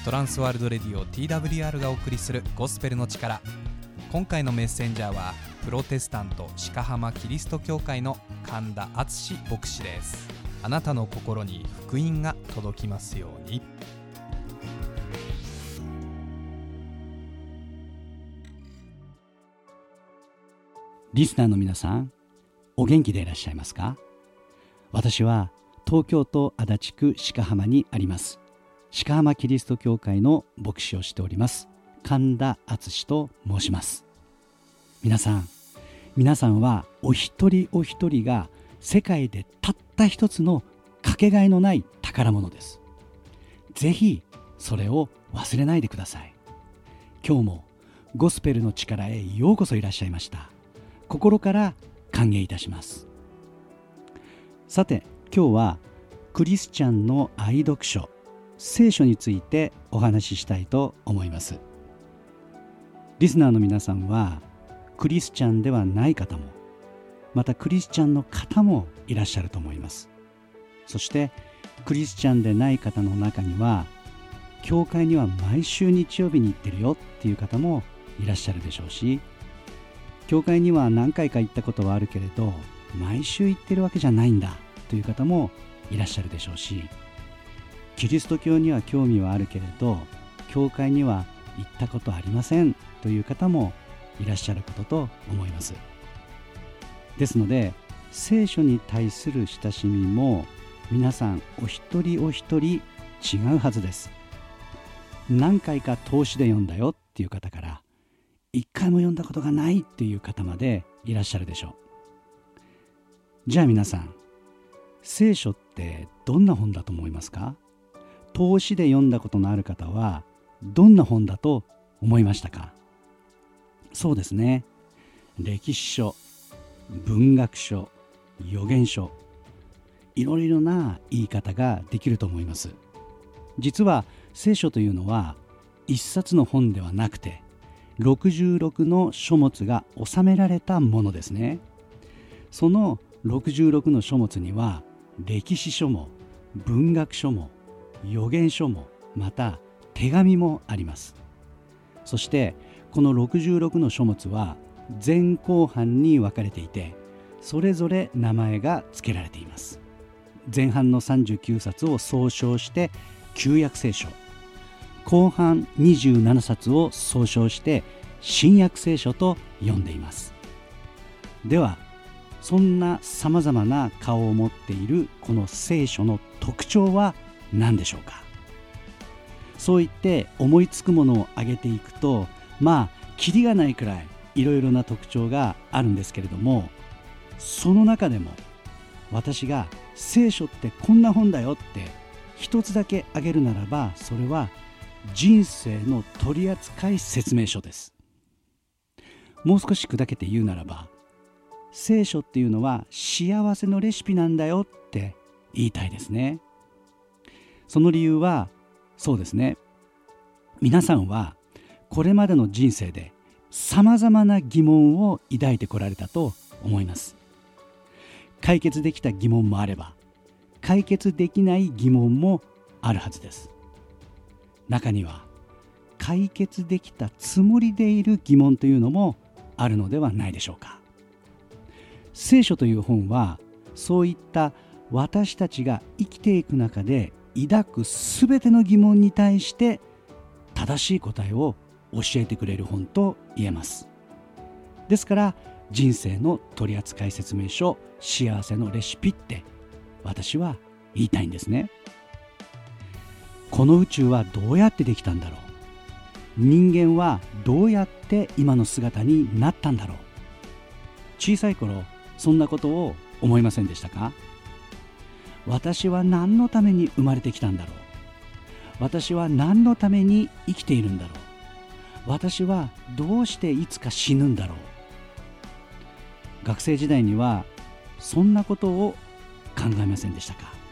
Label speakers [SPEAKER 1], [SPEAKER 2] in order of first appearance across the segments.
[SPEAKER 1] トランスワールドレディオ TWR がお送りするゴスペルの力。今回のメッセンジャーはプロテスタント鹿浜キリスト教会の神田敦牧師です。あなたの心に福音が届きますように。
[SPEAKER 2] リスナーの皆さん、お元気でいらっしゃいますか？私は東京都足立区鹿浜にあります鹿浜キリスト教会の牧師をしております神田敦と申します。皆さんはお一人お一人が世界でたった一つのかけがえのない宝物です。ぜひそれを忘れないでください。今日もゴスペルの力へようこそいらっしゃいました。心から歓迎いたします。さて、今日はクリスチャンの愛読書、聖書についてお話ししたいと思います。リスナーの皆さんはクリスチャンではない方も、またクリスチャンの方もいらっしゃると思います。そしてクリスチャンでない方の中には、教会には毎週日曜日に行ってるよっていう方もいらっしゃるでしょうし、教会には何回か行ったことはあるけれど毎週行ってるわけじゃないんだという方もいらっしゃるでしょうし、キリスト教には興味はあるけれど教会には行ったことありませんという方もいらっしゃることと思います。ですので、聖書に対する親しみも皆さんお一人お一人違うはずです。何回か通しで読んだよっていう方から、一回も読んだことがないっていう方までいらっしゃるでしょう。じゃあ皆さん、聖書ってどんな本だと思いますか？通しで読んだことのある方はどんな本だと思いましたか？そうですね。歴史書、文学書、預言書、いろいろな言い方ができると思います。実は聖書というのは一冊の本ではなくて、66の書物が収められたものですね。その66の書物には歴史書も文学書も預言書もまた手紙もあります。そしてこの66の書物は前後半に分かれていて、それぞれ名前が付けられています。前半の39冊を総称して旧約聖書、後半27冊を総称して新約聖書と呼んでいます。では、そんなさまざまな顔を持っているこの聖書の特徴は何でしょうか？そう言って思いつくものを挙げていくと、キリがないくらいいろいろな特徴があるんですけれども、その中でも私が聖書ってこんな本だよって一つだけ挙げるならば、それは人生の取扱説明書です。もう少し砕けて言うならば、聖書っていうのは幸せのレシピなんだよって言いたいですね。その理由は、そうですね、皆さんはこれまでの人生でさまざまな疑問を抱いてこられたと思います。解決できた疑問もあれば、解決できない疑問もあるはずです。中には解決できたつもりでいる疑問というのもあるのではないでしょうか。聖書という本は、そういった私たちが生きていく中で抱くすべての疑問に対して正しい答えを教えてくれる本と言えます。ですから人生の取扱説明書、幸せのレシピって私は言いたいんですね。この宇宙はどうやってできたんだろう。人間はどうやって今の姿になったんだろう。小さい頃、そんなことを思いませんでしたか？私は何のために生まれてきたんだろう。私は何のために生きているんだろう。私はどうしていつか死ぬんだろう。学生時代にはそんなことを考えませんでしたか？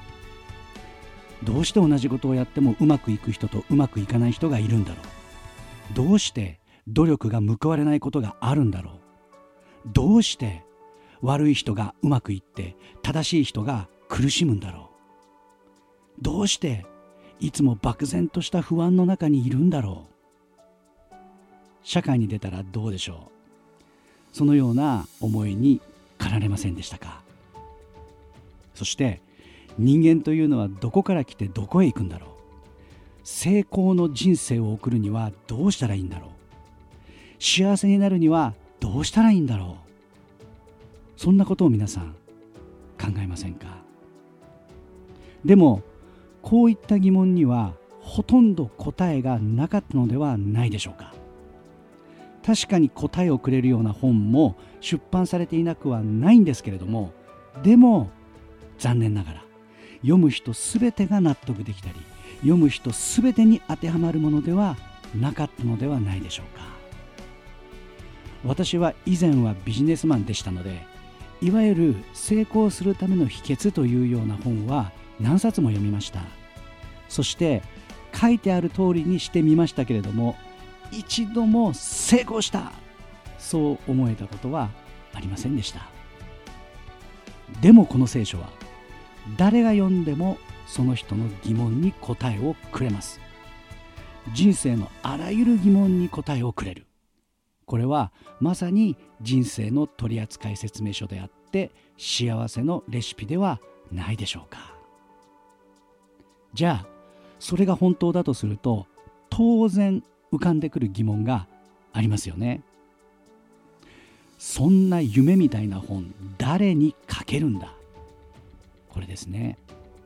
[SPEAKER 2] どうして同じことをやってもうまくいく人とうまくいかない人がいるんだろう。どうして努力が報われないことがあるんだろう。どうして悪い人がうまくいって正しい人が苦しむんだろう。どうしていつも漠然とした不安の中にいるんだろう。社会に出たらどうでしょう。そのような思いに駆られませんでしたか。そして人間というのはどこから来てどこへ行くんだろう。成功の人生を送るにはどうしたらいいんだろう。幸せになるにはどうしたらいいんだろう。そんなことを皆さん考えませんか。でもこういった疑問にはほとんど答えがなかったのではないでしょうか。確かに答えをくれるような本も出版されていなくはないんですけれども、でも残念ながら読む人すべてが納得できたり、読む人すべてに当てはまるものではなかったのではないでしょうか。私は以前はビジネスマンでしたので、いわゆる成功するための秘訣というような本は何冊も読みました。そして書いてある通りにしてみましたけれども、一度も成功したそう思えたことはありませんでした。でもこの聖書は誰が読んでもその人の疑問に答えをくれます。人生のあらゆる疑問に答えをくれる。これはまさに人生の取扱説明書であって、幸せのレシピではないでしょうか。じゃあそれが本当だとすると、当然浮かんでくる疑問がありますよね。そんな夢みたいな本誰に書けるんだ。これですね。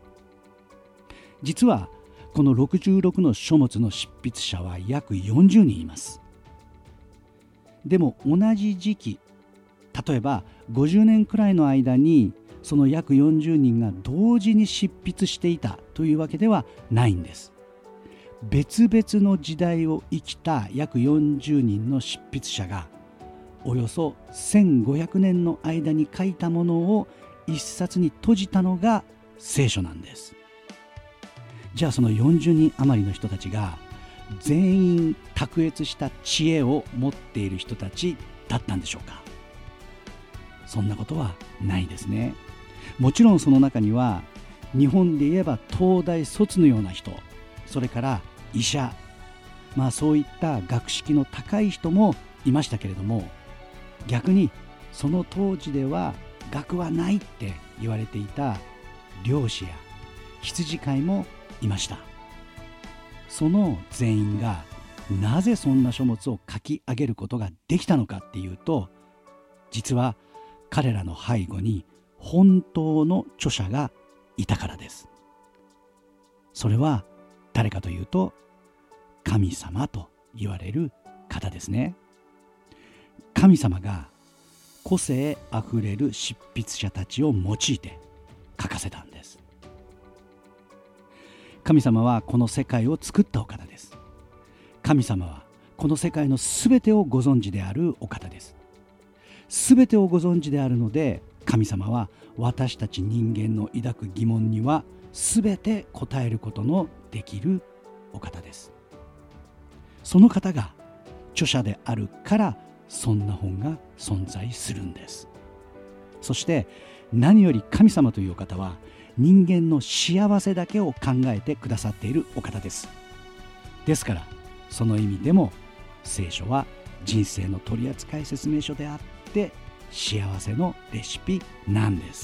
[SPEAKER 2] 実はこの66の書物の執筆者は約40人います。でも同じ時期、例えば50年くらいの間にその約40人が同時に執筆していたというわけではないんです。別々の時代を生きた約40人の執筆者がおよそ1500年の間に書いたものを一冊に閉じたのが聖書なんです。じゃあその40人余りの人たちが全員卓越した知恵を持っている人たちだったんでしょうか。そんなことはないですね。もちろんその中には日本で言えば東大卒のような人、それから医者、そういった学識の高い人もいましたけれども、逆にその当時では学はないって言われていた漁師や羊飼いもいました。その全員がなぜそんな書物を書き上げることができたのかっていうと、実は彼らの背後に本当の著者がいたからです。それは誰かというと、神様と言われる方ですね。神様が個性あふれる執筆者たちを用いて書かせたんです。神様はこの世界を作ったお方です。神様はこの世界のすべてをご存知であるお方です。すべてをご存知であるので、神様は私たち人間の抱く疑問にはすべて答えることのできるお方です。その方が著者であるからそんな本が存在するんです。そして何より神様というお方は人間の幸せだけを考えてくださっているお方です。ですからその意味でも聖書は人生の取扱説明書であって幸せのレシピなんです。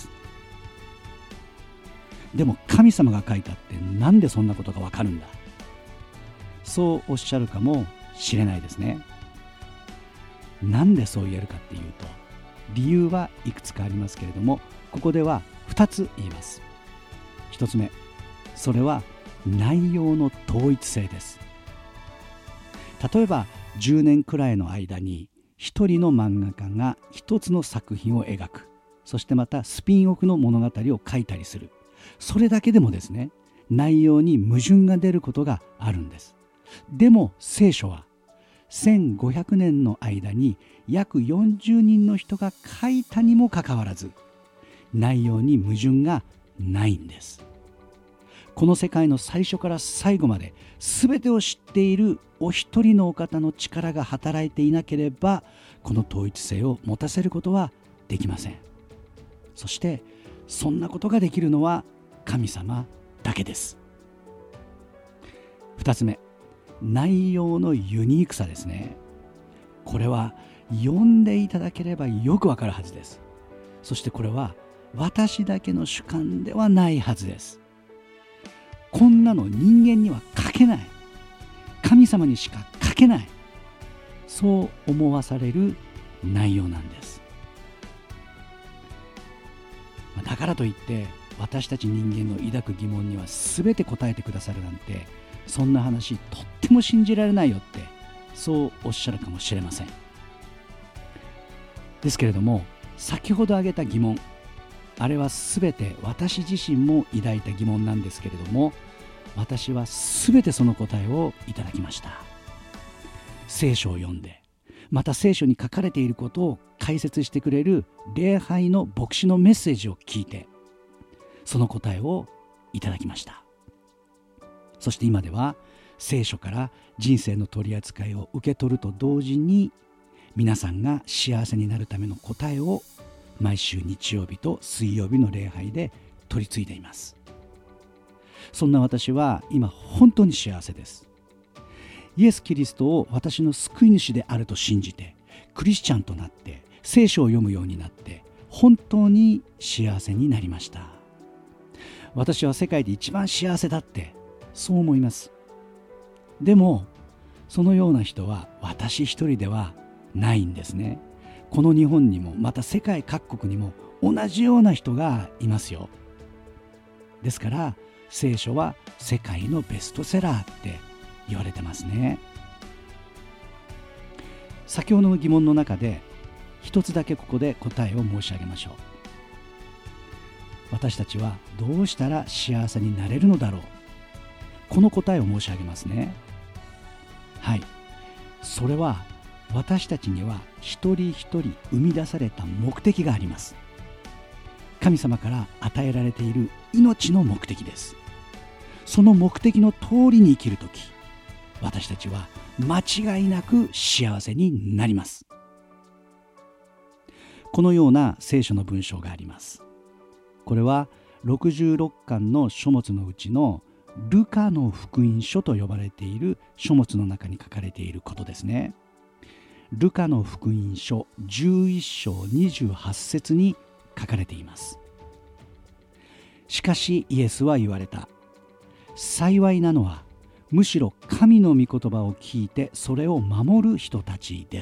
[SPEAKER 2] でも神様が書いたってなんでそんなことがわかるんだ、そうおっしゃるかもしれないですね。なんでそう言えるかっていうと、理由はいくつかありますけれども、ここでは2つ言います。1つ目、それは内容の統一性です。例えば10年くらいの間に一人の漫画家が一つの作品を描く、そしてまたスピンオフの物語を書いたりする、それだけでもですね、内容に矛盾が出ることがあるんです。でも聖書は1500年の間に約40人の人が書いたにもかかわらず内容に矛盾がないんです。この世界の最初から最後まで全てを知っているお一人のお方の力が働いていなければ、この統一性を持たせることはできません。そしてそんなことができるのは神様だけです。 2つ目、内容のユニークさですね。これは読んでいただければよくわかるはずです。そしてこれは私だけの主観ではないはずです。こんなの人間には書けない、神様にしか書けない、そう思わされる内容なんです。だからといって私たち人間の抱く疑問には全て答えてくださるなんて、そんな話とっても信じられないよって、そうおっしゃるかもしれません。ですけれども、先ほど挙げた疑問、あれは全て私自身も抱いた疑問なんですけれども、私は全てその答えをいただきました。聖書を読んで、また聖書に書かれていることを解説してくれる礼拝の牧師のメッセージを聞いて、その答えをいただきました。そして今では聖書から人生の取り扱いを受け取ると同時に、皆さんが幸せになるための答えを毎週日曜日と水曜日の礼拝で取り継いでいます。そんな私は今本当に幸せです。イエス・キリストを私の救い主であると信じて、クリスチャンとなって聖書を読むようになって、本当に幸せになりました。私は世界で一番幸せだって、そう思います。でもそのような人は私一人ではないんですね。この日本にもまた世界各国にも同じような人がいますよ。ですから聖書は世界のベストセラーって言われてますね。先ほどの疑問の中で一つだけここで答えを申し上げましょう。私たちはどうしたら幸せになれるのだろう。この答えを申し上げますね。はい、それは私たちには一人一人生み出された目的があります。神様から与えられている命の目的です。その目的の通りに生きるとき、私たちは間違いなく幸せになります。このような聖書の文章があります。これは66巻の書物のうちのルカの福音書と呼ばれている書物の中に書かれていることですね。ルカの福音書11章28節に書かれています。しかしイエスは言われた。幸いなのはむしろ神の御言葉を聞いてそれを守る人たちです。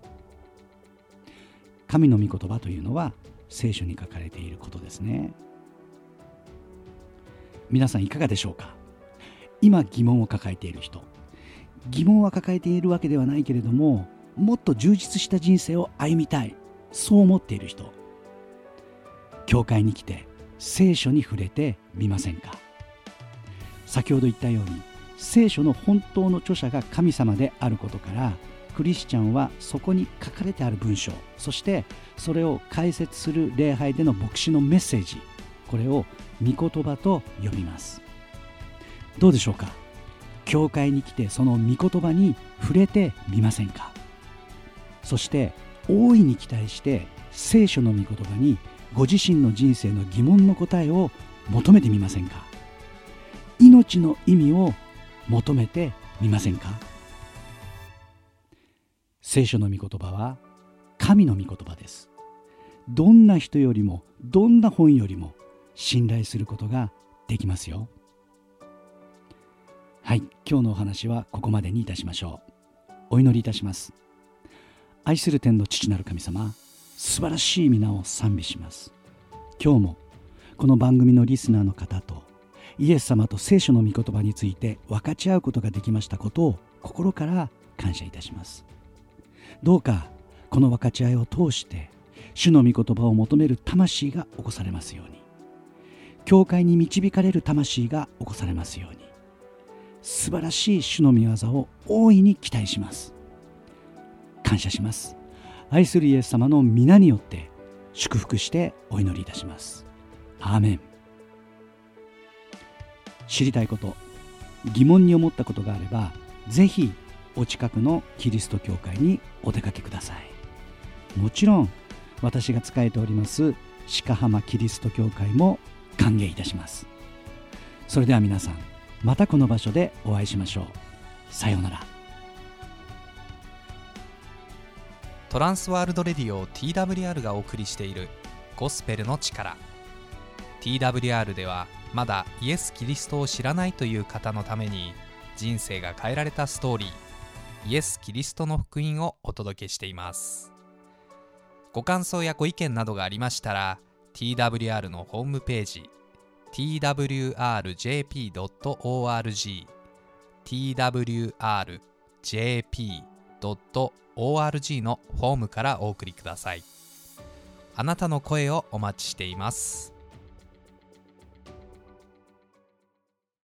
[SPEAKER 2] 神の御言葉というのは聖書に書かれていることですね。皆さんいかがでしょうか。今疑問を抱えている人、疑問は抱えているわけではないけれども、もっと充実した人生を歩みたい、そう思っている人、教会に来て聖書に触れてみませんか。先ほど言ったように聖書の本当の著者が神様であることから、クリスチャンはそこに書かれてある文章、そしてそれを解説する礼拝での牧師のメッセージ、これを御言葉と呼びます。どうでしょうか。教会に来てその御言葉に触れてみませんか。そして大いに期待して聖書の御言葉にご自身の人生の疑問の答えを求めてみませんか。命の意味を求めてみませんか。聖書の御言葉は神の御言葉です。どんな人よりもどんな本よりも信頼することができますよ。はい、今日のお話はここまでにいたしましょう。お祈りいたします。愛する天の父なる神様、素晴らしい皆を賛美します。今日もこの番組のリスナーの方とイエス様と聖書の御言葉について分かち合うことができましたことを心から感謝いたします。どうかこの分かち合いを通して主の御言葉を求める魂が起こされますように、教会に導かれる魂が起こされますように、素晴らしい主の御業を大いに期待します。感謝します。愛するイエス様の皆によって祝福してお祈りいたします。アーメン。知りたいこと、疑問に思ったことがあれば、ぜひお近くのキリスト教会にお出かけください。もちろん私が仕えております鹿浜キリスト教会も歓迎いたします。それでは皆さん、 またこの場所でお会いしましょう。さようなら。
[SPEAKER 1] トランスワールドレディオ TWR がお送りしているゴスペルの力。 TWR ではまだイエス・キリストを知らないという方のために、人生が変えられたストーリー、イエス・キリストの福音をお届けしています。ご感想やご意見などがありましたら、 TWR のホームページ twrjp.org twrjp.org のフォームからお送りください。あなたの声をお待ちしています。